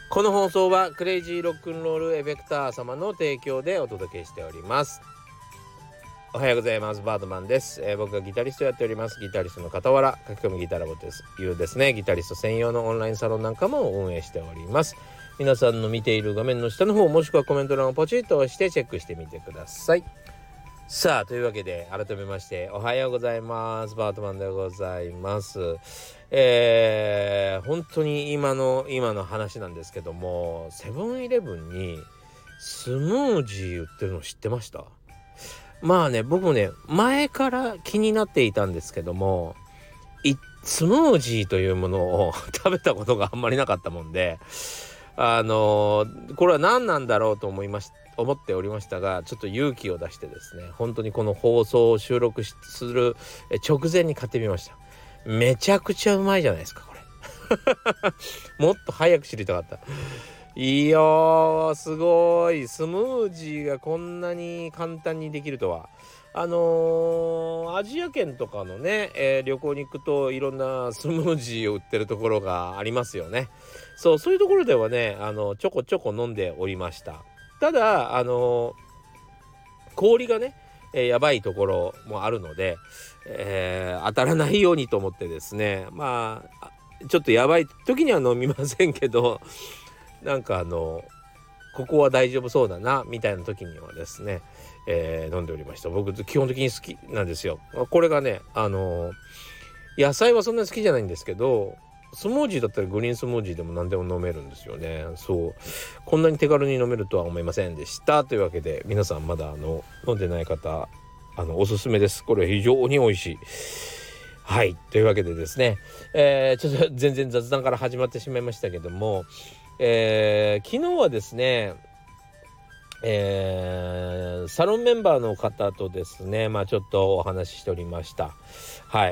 この放送はクレイジーロックンロールエフェクター様の提供でお届けしております。おはようございます。バードマンです。僕がギタリストやっております。ギタリストの傍ら書き込みギタラボというですね、ギタリスト専用のオンラインサロンなんかも運営しております。皆さんの見ている画面の下の方、もしくはコメント欄をポチッと押してチェックしてみてください。さあ、というわけで改めましておはようございます。バードマンでございます。本当に今の話なんですけども、セブンイレブンにスムージー売ってるの知ってました？まあね、僕もね前から気になっていたんですけども、スムージーというものを食べたことがあんまりなかったもんで、これは何なんだろうと思っておりましたが、ちょっと勇気を出してですね、本当にこの放送を収録する直前に買ってみました。めちゃくちゃうまいじゃないですかこれもっと早く知りたかった。いやー、すごい。スムージーがこんなに簡単にできるとは。アジア圏とかのね、旅行に行くといろんなスムージーを売ってるところがありますよね。そういうところではね、ちょこちょこ飲んでおりました。ただ氷がね、やばいところもあるので、当たらないようにと思ってですね、まあちょっとやばい時には飲みませんけど、なんかここは大丈夫そうだなみたいな時にはですね、飲んでおりました。僕基本的に好きなんですよ。これがね、野菜はそんなに好きじゃないんですけど、スムージーだったらグリーンスムージーでも何でも飲めるんですよね。こんなに手軽に飲めるとは思いませんでした。というわけで皆さんまだ飲んでない方おすすめです。これ非常に美味しい。はい、というわけでですね、ちょっと全然雑談から始まってしまいましたけども、昨日はですね、サロンメンバーの方とですね、ちょっとお話ししておりました。はい、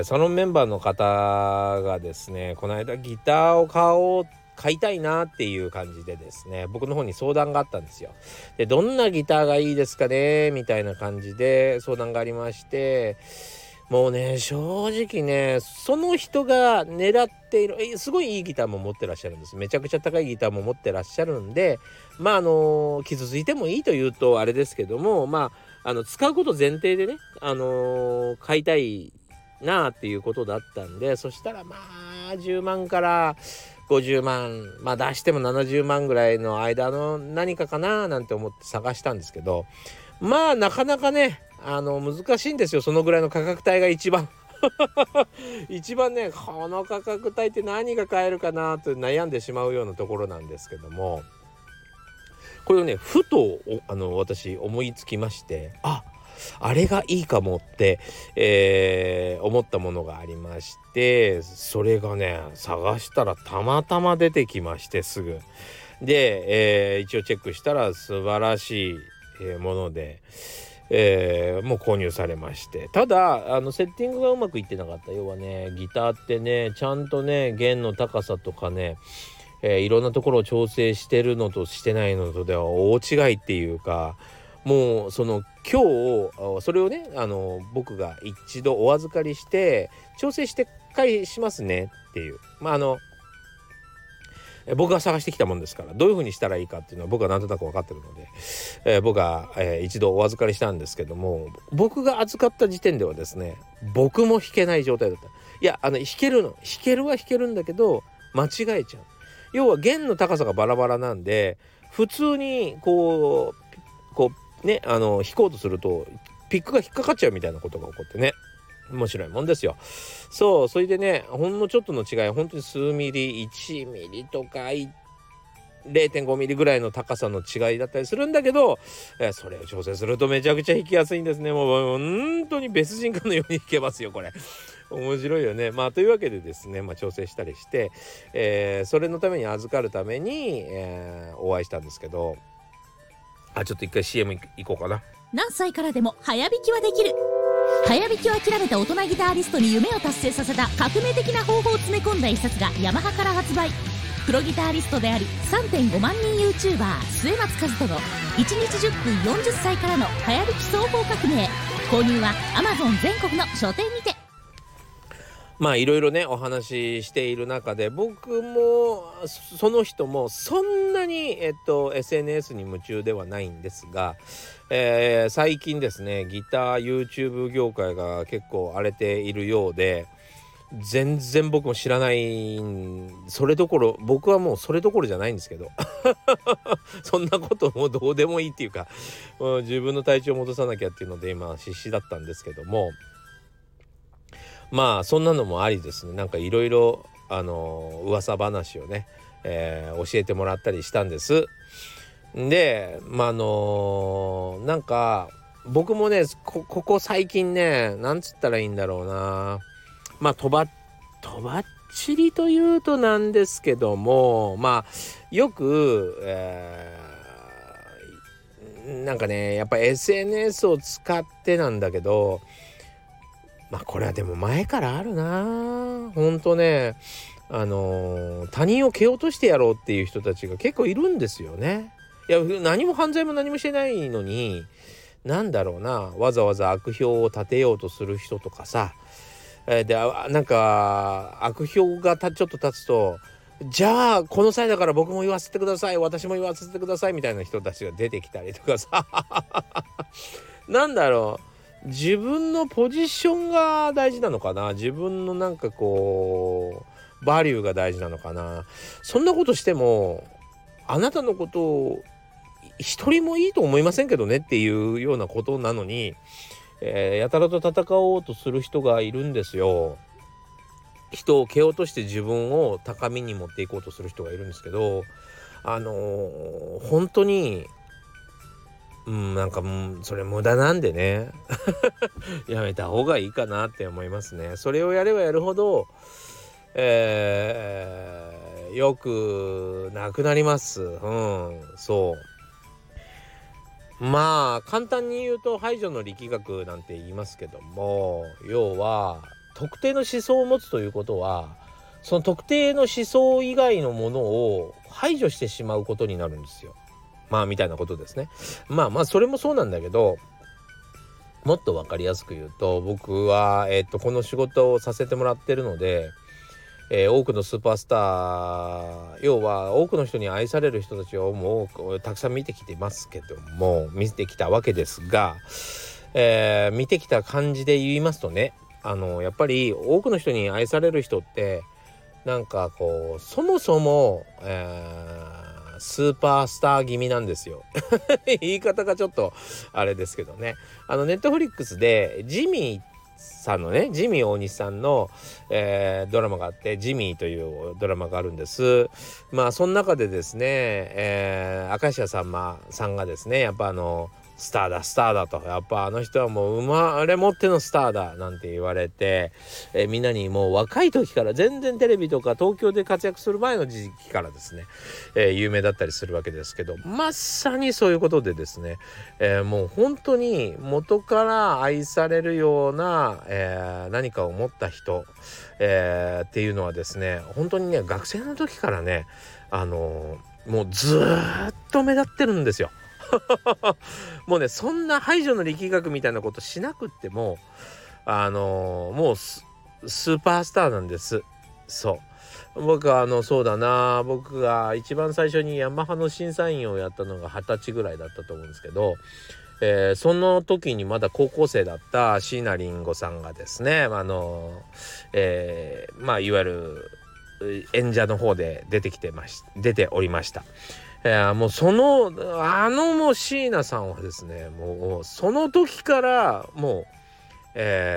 サロンメンバーの方がですね、この間ギターを買いたいなっていう感じでですね、僕の方に相談があったんですよ。で、どんなギターがいいですかねみたいな感じで相談がありまして、もうね、正直ね、その人が狙っているすごいいいギターも持ってらっしゃるんです。めちゃくちゃ高いギターも持ってらっしゃるんで、傷ついてもいいというとあれですけども、使うこと前提でね、買いたいなっていうことだったんで、そしたら10万から50万、出しても70万ぐらいの間の何かかななんて思って探したんですけど、なかなかね、難しいんですよ。そのぐらいの価格帯が一番一番ね、この価格帯って何が買えるかなと悩んでしまうようなところなんですけども、これをねふと私思いつきまして、あれがいいかもって、思ったものがありまして、それがね、探したらたまたま出てきまして、すぐで、一応チェックしたら素晴らしいもので、もう購入されまして、ただセッティングがうまくいってなかった。要はね、ギターってね、ちゃんとね弦の高さとかね、いろんなところを調整してるのとしてないのとでは大違いっていうか、もう今日それをね僕が一度お預かりして調整して返しますねっていう、僕が探してきたもんですから、どういう風にしたらいいかっていうのは僕はなんとなく分かってるので、僕が、一度お預かりしたんですけども、僕が預かった時点ではですね、僕も弾けない状態だった。いや弾けるんだけど間違えちゃう。要は弦の高さがバラバラなんで、普通にこうね弾こうとするとピックが引っかかっちゃうみたいなことが起こってね、面白いもんですよ。それでね、ほんのちょっとの違い、本当に数ミリ、1ミリとか0.5 ミリぐらいの高さの違いだったりするんだけど、それを調整するとめちゃくちゃ弾きやすいんですね。もう本当に別人かのように弾けますよこれ。面白いよね。というわけでですね、調整したりして、それのために預かるために、お会いしたんですけど、ちょっと一回 CM 行こうかな。 何歳からでも早弾きはできる。早弾きを諦めた大人ギタリストに夢を達成させた革命的な方法を詰め込んだ一冊がヤマハから発売。プロギタリストであり 3.5 万人 YouTuber 末松和人の1日10分40歳からの早弾き総合革命。購入は Amazon 全国の書店にて。 いろいろねお話ししている中で、僕もその人もそんなに、SNS に夢中ではないんですが、最近ですねギター YouTube 業界が結構荒れているようで、全然僕も知らない、それどころ、僕はもうそれどころじゃないんですけどそんなこともどうでもいいっていうか、自分の体調を戻さなきゃっていうので今必死だったんですけども、そんなのもありですね、なんかいろいろ噂話をね、教えてもらったりしたんです。でなんか僕もねここ最近ね、なんつったらいいんだろうな、とばっちりというとなんですけども、よく、なんかねやっぱ SNS を使ってなんだけど、これはでも前からあるな、ほんとね、他人を蹴落としてやろうっていう人たちが結構いるんですよね。いや何も犯罪も何もしてないのに、なんだろうな、わざわざ悪評を立てようとする人とかさ、でなんか悪評がちょっと立つと、じゃあこの際だから僕も言わせてください、私も言わせてくださいみたいな人たちが出てきたりとかさなんだろう、自分のポジションが大事なのかな、自分のなんかこうバリューが大事なのかな。そんなことしてもあなたのことを一人もいいと思いませんけどねっていうようなことなのに、やたらと戦おうとする人がいるんですよ。人を蹴落として自分を高みに持っていこうとする人がいるんですけど、本当になんかそれ無駄なんでねやめた方がいいかなって思いますね。それをやればやるほど、よくなくなります。そう簡単に言うと排除の力学なんて言いますけども、要は特定の思想を持つということは、その特定の思想以外のものを排除してしまうことになるんですよ。みたいなことですね。それもそうなんだけど、もっと分かりやすく言うと、僕は、この仕事をさせてもらってるので、多くのスーパースター、要は多くの人に愛される人たちをもうたくさん見てきてますけども、見てきたわけですが、見てきた感じで言いますとね、やっぱり多くの人に愛される人ってなんかこうそもそも、スーパースター気味なんですよ言い方がちょっとあれですけどね、ネットフリックスでジミーさんのね、ジミー大西さんの、ドラマがあって、ジミーというドラマがあるんです。その中でですね、明石家さんまさんがですね、やっぱスターだと、やっぱあの人はもう生まれ持ってのスターだなんて言われて、みんなにもう若い時から、全然テレビとか東京で活躍する前の時期からですね、有名だったりするわけですけど、まさにそういうことでですね、もう本当に元から愛されるような、何かを持った人、っていうのはですね、本当にね、学生の時からね、もうずっと目立ってるんですよもうね、そんな排除の力学みたいなことしなくってももうスーパースターなんです。僕はそうだな、僕が一番最初にヤマハの審査員をやったのが20歳ぐらいだったと思うんですけど、その時にまだ高校生だった椎名林檎さんがですね、いわゆる演者の方で出ておりました。もうもう椎名さんはですね、もうその時からもう、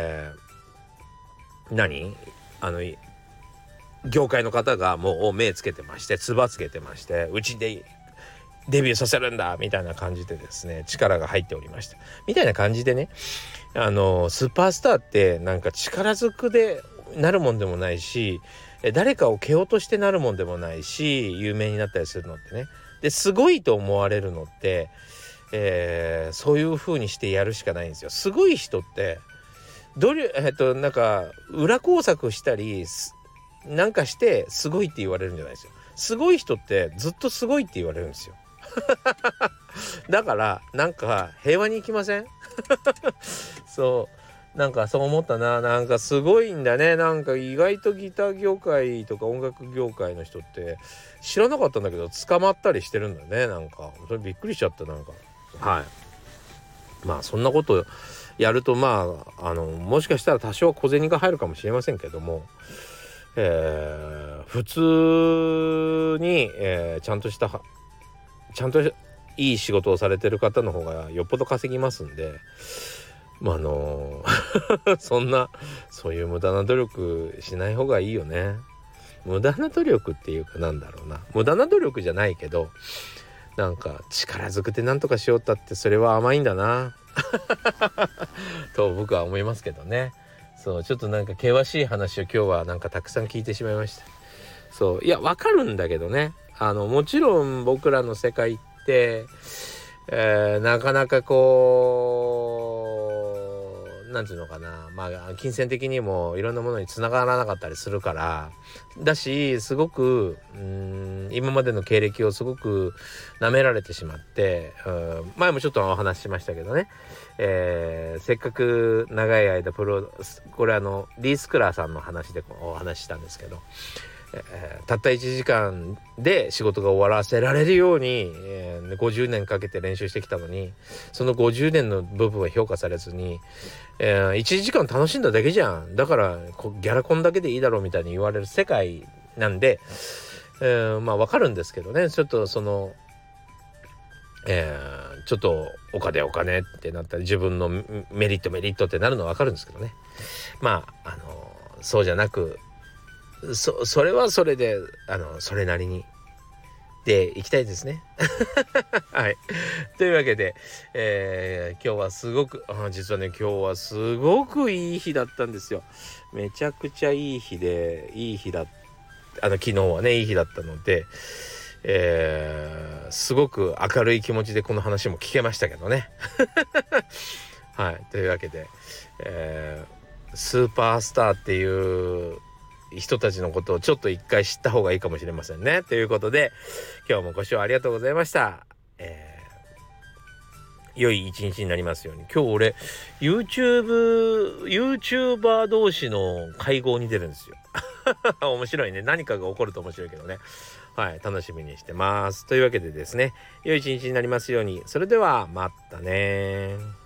業界の方がもう目つけてまして、つばつけてまして、うちでデビューさせるんだみたいな感じでですね、力が入っておりましたみたいな感じでね、スーパースターってなんか力ずくでなるもんでもないし、誰かを蹴落としてなるもんでもないし、有名になったりするのってね、ですごいと思われるのって、そういう風にしてやるしかないんですよ。すごい人ってなんか裏工作したりなんかしてすごいって言われるんじゃないですよ。すごい人ってずっとすごいって言われるんですよだからなんか平和に行きませんそうなんかそう思ったな。なんかすごいんだね。なんか意外とギター業界とか音楽業界の人って知らなかったんだけど捕まったりしてるんだね。なんかそれびっくりしちゃった。なんかはい、まあそんなことやるともしかしたら多少小銭が入るかもしれませんけども、普通に、ちゃんといい仕事をされてる方の方がよっぽど稼ぎますんで、そういう無駄な努力しない方がいいよね。無駄な努力っていうかなんだろうな、無駄な努力じゃないけど、なんか力ずくでなんとかしようったってそれは甘いんだなと僕は思いますけどね。そう、ちょっとなんか険しい話を今日はなんかたくさん聞いてしまいました。そう、いやわかるんだけどね、もちろん僕らの世界って、なかなかなんていうのかな、金銭的にもいろんなものに繋がらなかったりするからだし、すごく今までの経歴をすごく舐められてしまって、前もちょっとお話ししましたけどね、せっかく長い間これリースクラーさんの話でお話ししたんですけど、たった1時間で仕事が終わらせられるように、50年かけて練習してきたのに、その50年の部分は評価されずに、1時間楽しんだだけじゃん、だからギャラこんだけでいいだろうみたいに言われる世界なんで、わかるんですけどね、ちょっとちょっとお金ってなったり自分のメリットってなるのはわかるんですけどね、そうじゃなくそれはそれでそれなりにでいきたいですねはい、というわけで、今日はすごく実はね今日はすごくいい日だったんですよ。めちゃくちゃいい日だ昨日はねいい日だったので、すごく明るい気持ちでこの話も聞けましたけどねはい、というわけで、スーパースターっていう人たちのことをちょっと一回知った方がいいかもしれませんね。ということで今日もご視聴ありがとうございました。良い一日になりますように。今日俺 YouTuber 同士の会合に出るんですよ面白いね。何かが起こると面白いけどね。はい、楽しみにしてます。というわけでですね、良い一日になりますように。それではまたね。